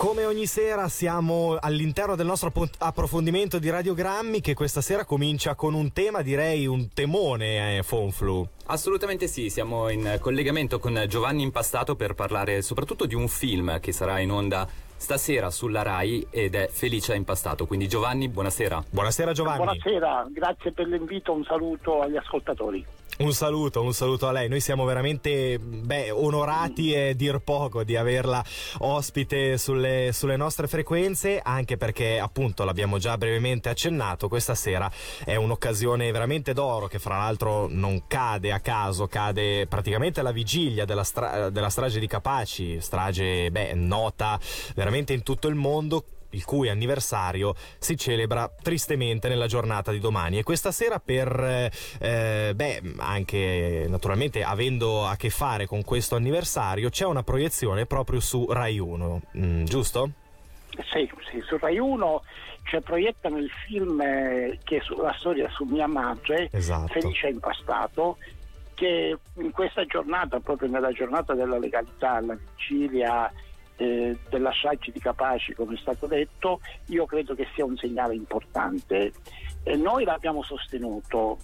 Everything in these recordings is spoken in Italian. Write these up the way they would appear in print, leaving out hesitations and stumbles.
Come ogni sera siamo all'interno del nostro approfondimento di Radiogrammi, che questa sera comincia con un tema, direi un temone, Fonflu. Assolutamente sì, siamo in collegamento con Giovanni Impastato per parlare soprattutto di un film che sarà in onda stasera sulla Rai ed è Felice Impastato. Quindi Giovanni, buonasera. Buonasera Giovanni. Buonasera, grazie per l'invito, un saluto agli ascoltatori. Un saluto a lei. Noi siamo veramente onorati e dir poco di averla ospite sulle nostre frequenze, anche perché appunto l'abbiamo già brevemente accennato, questa sera è un'occasione veramente d'oro che fra l'altro non cade a caso, cade praticamente alla vigilia della strage di Capaci, strage nota veramente in tutto il mondo, il cui anniversario si celebra tristemente nella giornata di domani. E questa sera anche naturalmente avendo a che fare con questo anniversario, c'è una proiezione proprio su Rai 1, giusto? Sì, su Rai 1 proiettano il film che è la storia su mia madre, esatto. Felice Impastato, che in questa giornata, proprio nella giornata della legalità, alla vigilia della strage di Capaci, come è stato detto, io credo che sia un segnale importante. Noi l'abbiamo sostenuto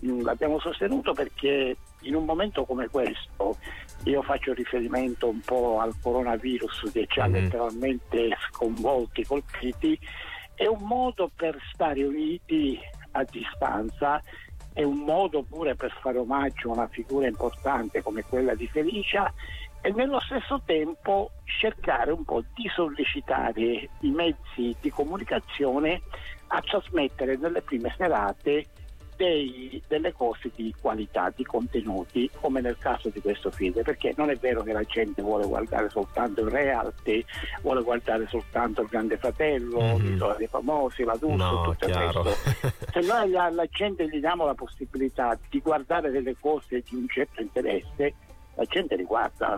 perché in un momento come questo, io faccio riferimento un po' al coronavirus che ci ha letteralmente sconvolti, colpiti, è un modo per stare uniti a distanza, è un modo pure per fare omaggio a una figura importante come quella di Felicia, e nello stesso tempo cercare un po' di sollecitare i mezzi di comunicazione a trasmettere nelle prime serate delle cose di qualità, di contenuti, come nel caso di questo film, perché non è vero che la gente vuole guardare soltanto il reality, vuole guardare soltanto il Grande Fratello, l'Isola dei Famosi, la D'Urso, tutto il resto. Se noi alla gente gli diamo la possibilità di guardare delle cose di un certo interesse, la gente li guarda.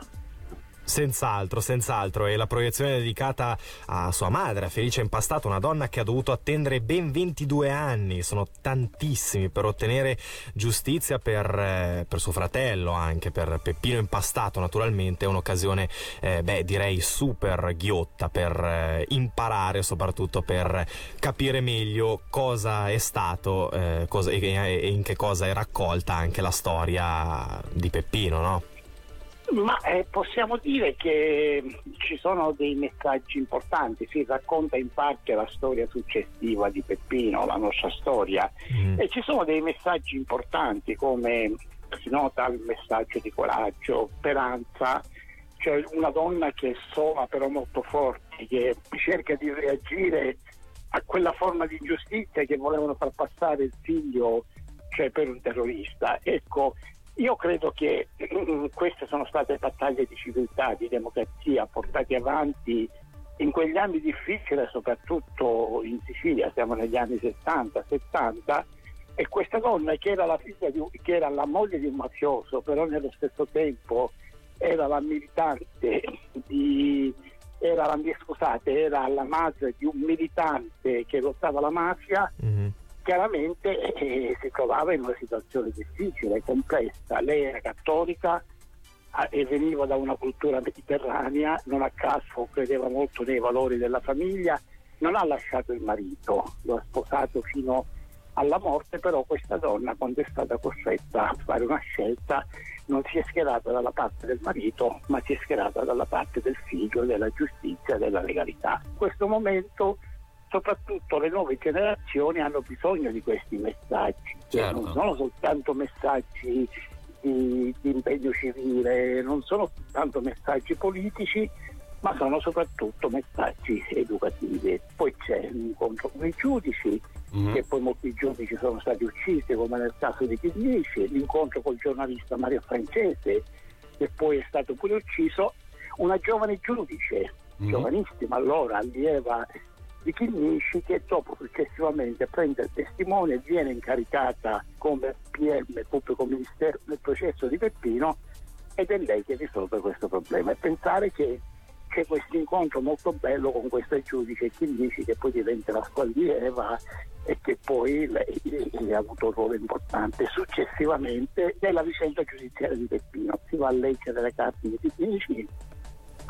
Senz'altro, e la proiezione è dedicata a sua madre, a Felice Impastato, una donna che ha dovuto attendere ben 22 anni, sono tantissimi, per ottenere giustizia per suo fratello, anche per Peppino Impastato. Naturalmente è un'occasione direi super ghiotta per imparare, soprattutto per capire meglio cosa è stato e in che cosa è raccolta anche la storia di Peppino, no? Ma possiamo dire che ci sono dei messaggi importanti, si racconta in parte la storia successiva di Peppino, la nostra storia, e ci sono dei messaggi importanti, come si nota il messaggio di coraggio, speranza, cioè una donna che è sola però molto forte, che cerca di reagire a quella forma di ingiustizia che volevano far passare il figlio, cioè per un terrorista. Ecco, io credo che queste sono state battaglie di civiltà, di democrazia portate avanti in quegli anni difficili, soprattutto in Sicilia, siamo negli anni 60-70, e questa donna che era che era la moglie di un mafioso, però nello stesso tempo era la militante era la madre di un militante che lottava la mafia. Chiaramente si trovava in una situazione difficile, complessa. Lei era cattolica e veniva da una cultura mediterranea, non a caso credeva molto nei valori della famiglia, non ha lasciato il marito, lo ha sposato fino alla morte, però questa donna, quando è stata costretta a fare una scelta, non si è schierata dalla parte del marito, ma si è schierata dalla parte del figlio, della giustizia, della legalità. In questo momento soprattutto le nuove generazioni hanno bisogno di questi messaggi, che non sono soltanto messaggi di impegno civile, non sono soltanto messaggi politici, ma sono soprattutto messaggi educativi. Poi c'è l'incontro con i giudici, che poi molti giudici sono stati uccisi, come nel caso di Chinnici, l'incontro col giornalista Mario Francese, che poi è stato pure ucciso, una giovane giudice, giovanissima allora, allieva di Chinnici, che dopo successivamente prende il testimone e viene incaricata come PM, pubblico ministero, nel processo di Peppino, ed è lei che risolve questo problema. E pensare che c'è questo incontro molto bello con questa giudice Chinnici, che poi diventa la sua allieva e che poi lei ha avuto un ruolo importante successivamente nella vicenda giudiziaria di Peppino. Si va a leggere le carte di Chinnici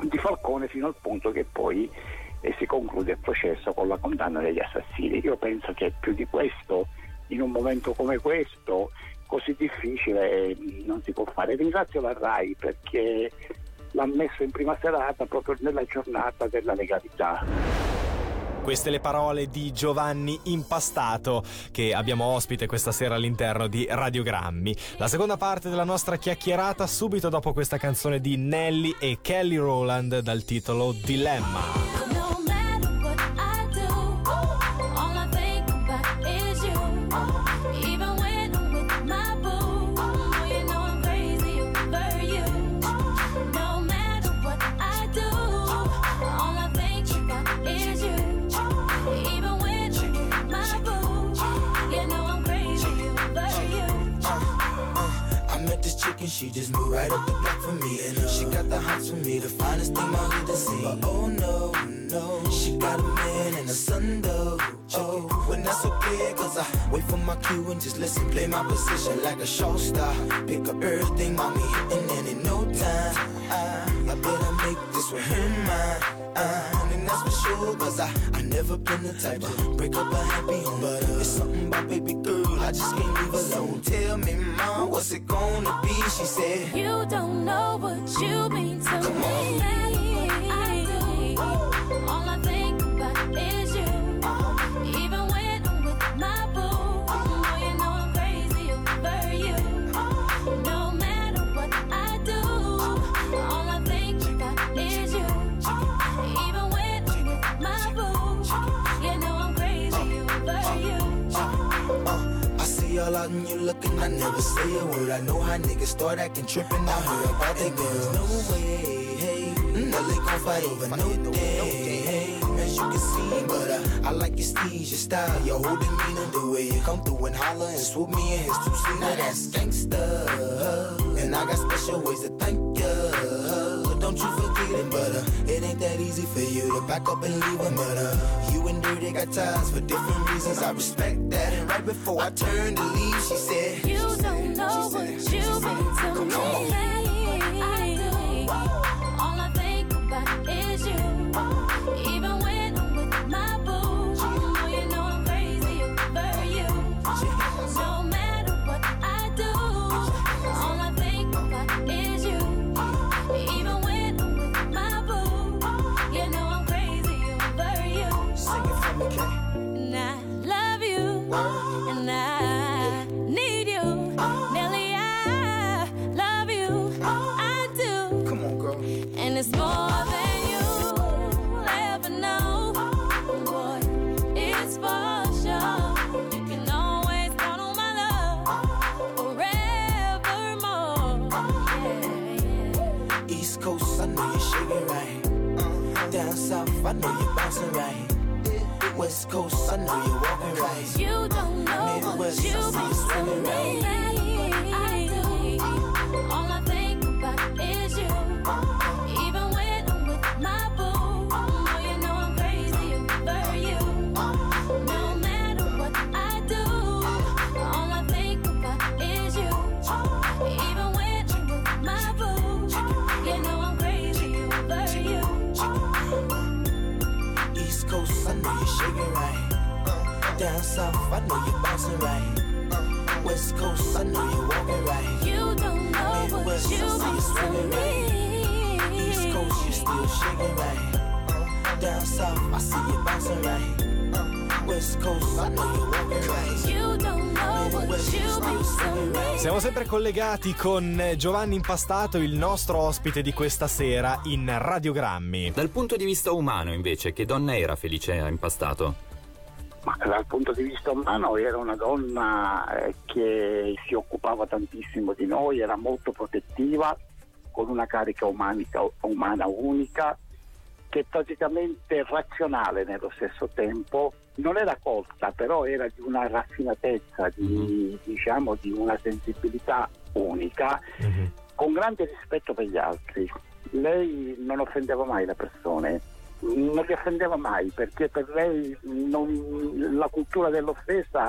di Falcone, fino al punto che poi si conclude il processo con la condanna degli assassini. Io penso che più di questo, in un momento come questo, così difficile, non si può fare. Ringrazio la RAI perché l'ha messo in prima serata proprio nella giornata della legalità. Queste le parole di Giovanni Impastato, che abbiamo ospite questa sera all'interno di Radiogrammi. La seconda parte della nostra chiacchierata subito dopo questa canzone di Nelly e Kelly Rowland dal titolo Dilemma. She just moved right up the block for me, and she got the hots for me, the finest thing my hood has seen. But oh no, no, she got a man and a son though. Oh, when that's okay, cause I wait for my cue and just listen, play my position like a show star. Pick up everything, mommy, and in no time I better make this with her mine. And that's for sure, cause I never been the type to break up a happy home. But it's something about baby girl, I just can't leave alone. Tell me, mom, what's it gonna be? She said, you don't know what you mean to me. Come on. I do. All I think about is you. Even when I'm with my boo, oh, you know I'm crazy over you. No matter what I do, all I think about is you. Even when I'm with my boo, you know I'm crazy over you. I see all out and you looking, I never say a word. I know how niggas start acting trippin'. I heard about that girl. No way, hey, no they gon' fight over no day, hey, as you can see. But I like your steez, your style, your whole demeanor, the way you come through and holler and swoop me in his two-seater. Now that's gangsta, and I got special ways to thank you. Don't you forget it, but it ain't that easy for you to back up and leave him. But you and Dirty got ties for different reasons. I respect that. And right before I turned to leave, she said, you don't know what you've been to me. I do. All I think about is you. Even when I'm with my boo, oh, you know I'm crazy over you. No matter what I do, all I think about is you. Even when I'm with my boo, you know I'm crazy over you. Sing it for me, Kay. And I love you, and I need you. Nelly, I love you, I do. Come on, girl. And it's more than you'll ever know. Boy, it's for sure. You can always count on my love forevermore. Yeah. East Coast, I know you're shaking right. Down south, I know you're bouncing right. West Coast, I know you're walking right. You don't know what Midwest, you've I see been you to swinging me. right. I do. All I think about is you. Even when I'm with my boo, oh, you know I'm crazy over you. No matter what I do, all I think about is you. Even when I'm with my boo, you know I'm crazy over you. East Coast, I know you're shaking right. Down south, I know you're bouncing right. West Coast, I know you're walking right. You don't know what Midwest, I you've see you been swinging to right. East me. Coast, you're still shaking right. Down south, I see you bouncing right. West Coast, I know you're walking right. You don't know what Midwest, you've you're been still to swinging right. me. Siamo sempre collegati con Giovanni Impastato, il nostro ospite di questa sera in Radiogrammi. Dal punto di vista umano, invece, che donna era Felice Impastato? Ma dal punto di vista umano era una donna che si occupava tantissimo di noi, era molto protettiva, con una carica umana unica, che praticamente razionale nello stesso tempo. Non era colta, però era di una raffinatezza, di una sensibilità unica, con grande rispetto per gli altri. Lei non offendeva mai le persone, non li offendeva mai, perché per lei la cultura dell'offesa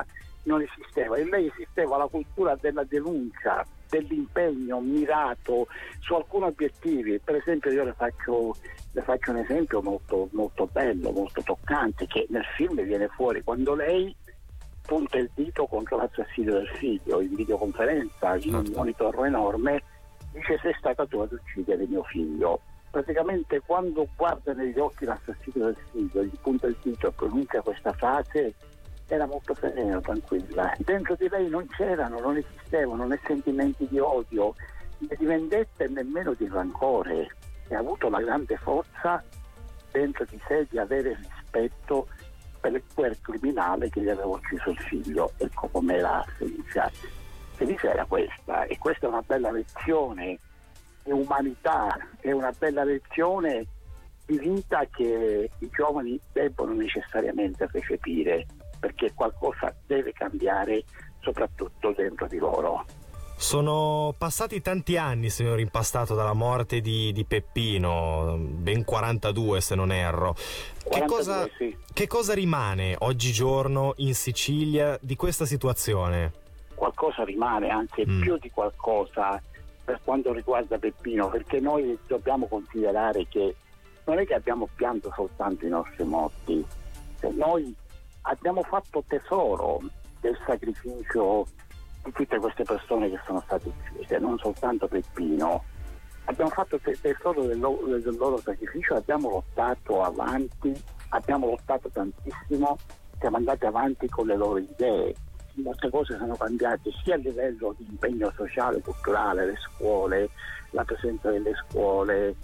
non esisteva. In lei esisteva la cultura della denuncia, dell'impegno mirato su alcuni obiettivi. Per esempio io le faccio un esempio molto, molto bello, molto toccante, che nel film viene fuori quando lei punta il dito contro l'assassinio del figlio in videoconferenza, in un monitor enorme, dice: sei stata tu ad uccidere mio figlio. Praticamente quando guarda negli occhi l'assassino del figlio, gli punta il dito e pronuncia questa frase, era molto serena, tranquilla. Dentro di lei non esistevano né sentimenti di odio, né di vendetta e nemmeno di rancore. E ha avuto la grande forza dentro di sé di avere rispetto per quel criminale che gli aveva ucciso il figlio. Ecco com'era Felice. Felice era questa, e questa è una bella lezione di umanità, è una bella lezione di vita che i giovani debbono necessariamente recepire, perché qualcosa deve cambiare soprattutto dentro di loro. Sono passati tanti anni, signor Impastato, dalla morte di Peppino, ben 42 se non erro. 42, sì. Che cosa rimane oggigiorno in Sicilia di questa situazione? Qualcosa rimane, anche più di qualcosa, per quanto riguarda Peppino, perché noi dobbiamo considerare che non è che abbiamo pianto soltanto i nostri morti, noi abbiamo fatto tesoro del sacrificio di tutte queste persone che sono state uccise, non soltanto Peppino. Abbiamo fatto tesoro del loro sacrificio, abbiamo lottato avanti, abbiamo lottato tantissimo, siamo andati avanti con le loro idee. Molte cose sono cambiate sia a livello di impegno sociale, culturale, le scuole, la presenza delle scuole,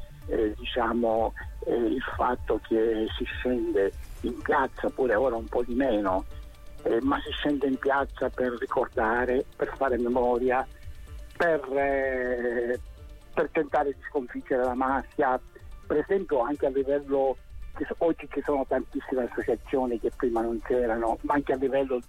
il fatto che si scende in piazza, pure ora un po' di meno, ma si scende in piazza per ricordare, per fare memoria, per tentare di sconfiggere la mafia. Per esempio anche a livello, oggi ci sono tantissime associazioni che prima non c'erano, ma anche a livello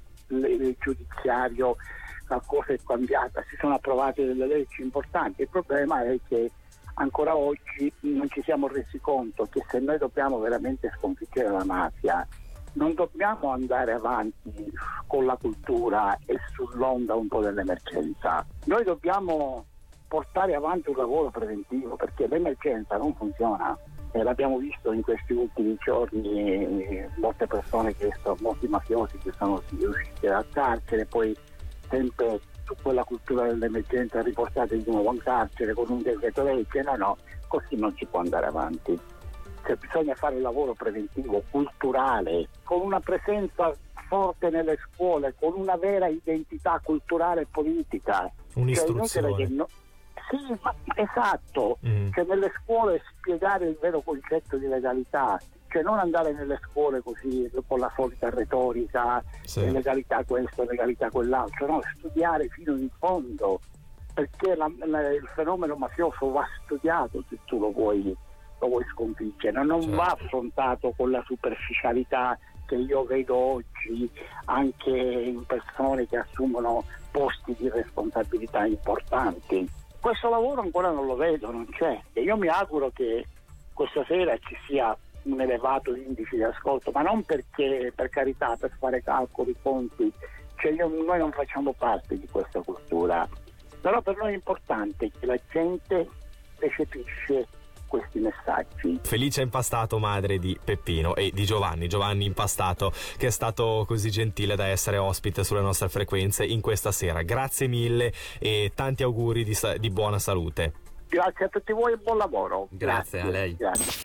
giudiziario la cosa è cambiata, si sono approvate delle leggi importanti. Il problema è che ancora oggi non ci siamo resi conto che se noi dobbiamo veramente sconfiggere la mafia non dobbiamo andare avanti con la cultura e sull'onda un po' dell'emergenza. Noi dobbiamo portare avanti un lavoro preventivo, perché l'emergenza non funziona. L'abbiamo visto in questi ultimi giorni, molte persone molti mafiosi che sono riusciti al carcere, poi sempre su quella cultura dell'emergenza riportate di nuovo in carcere con un decreto legge. No, così non si può andare avanti. Cioè, bisogna fare il lavoro preventivo, culturale, con una presenza forte nelle scuole, con una vera identità culturale e politica. Un'istruzione. Sì, ma esatto, cioè nelle scuole spiegare il vero concetto di legalità, cioè non andare nelle scuole così con la solita retorica, sì, legalità questo, legalità quell'altro, no, studiare fino in fondo, perché il fenomeno mafioso va studiato se tu lo vuoi sconfiggere, non certo, va affrontato con la superficialità che io vedo oggi anche in persone che assumono posti di responsabilità importanti. Questo lavoro ancora non lo vedo, non c'è, e io mi auguro che questa sera ci sia un elevato indice di ascolto, ma non perché, per carità, per fare calcoli, conti, cioè noi non facciamo parte di questa cultura, però per noi è importante che la gente recepisce questi messaggi. Felice Impastato, madre di Peppino e di Giovanni Impastato, che è stato così gentile da essere ospite sulle nostre frequenze in questa sera. Grazie mille e tanti auguri di buona salute. Grazie a tutti voi e buon lavoro. Grazie a lei. Grazie.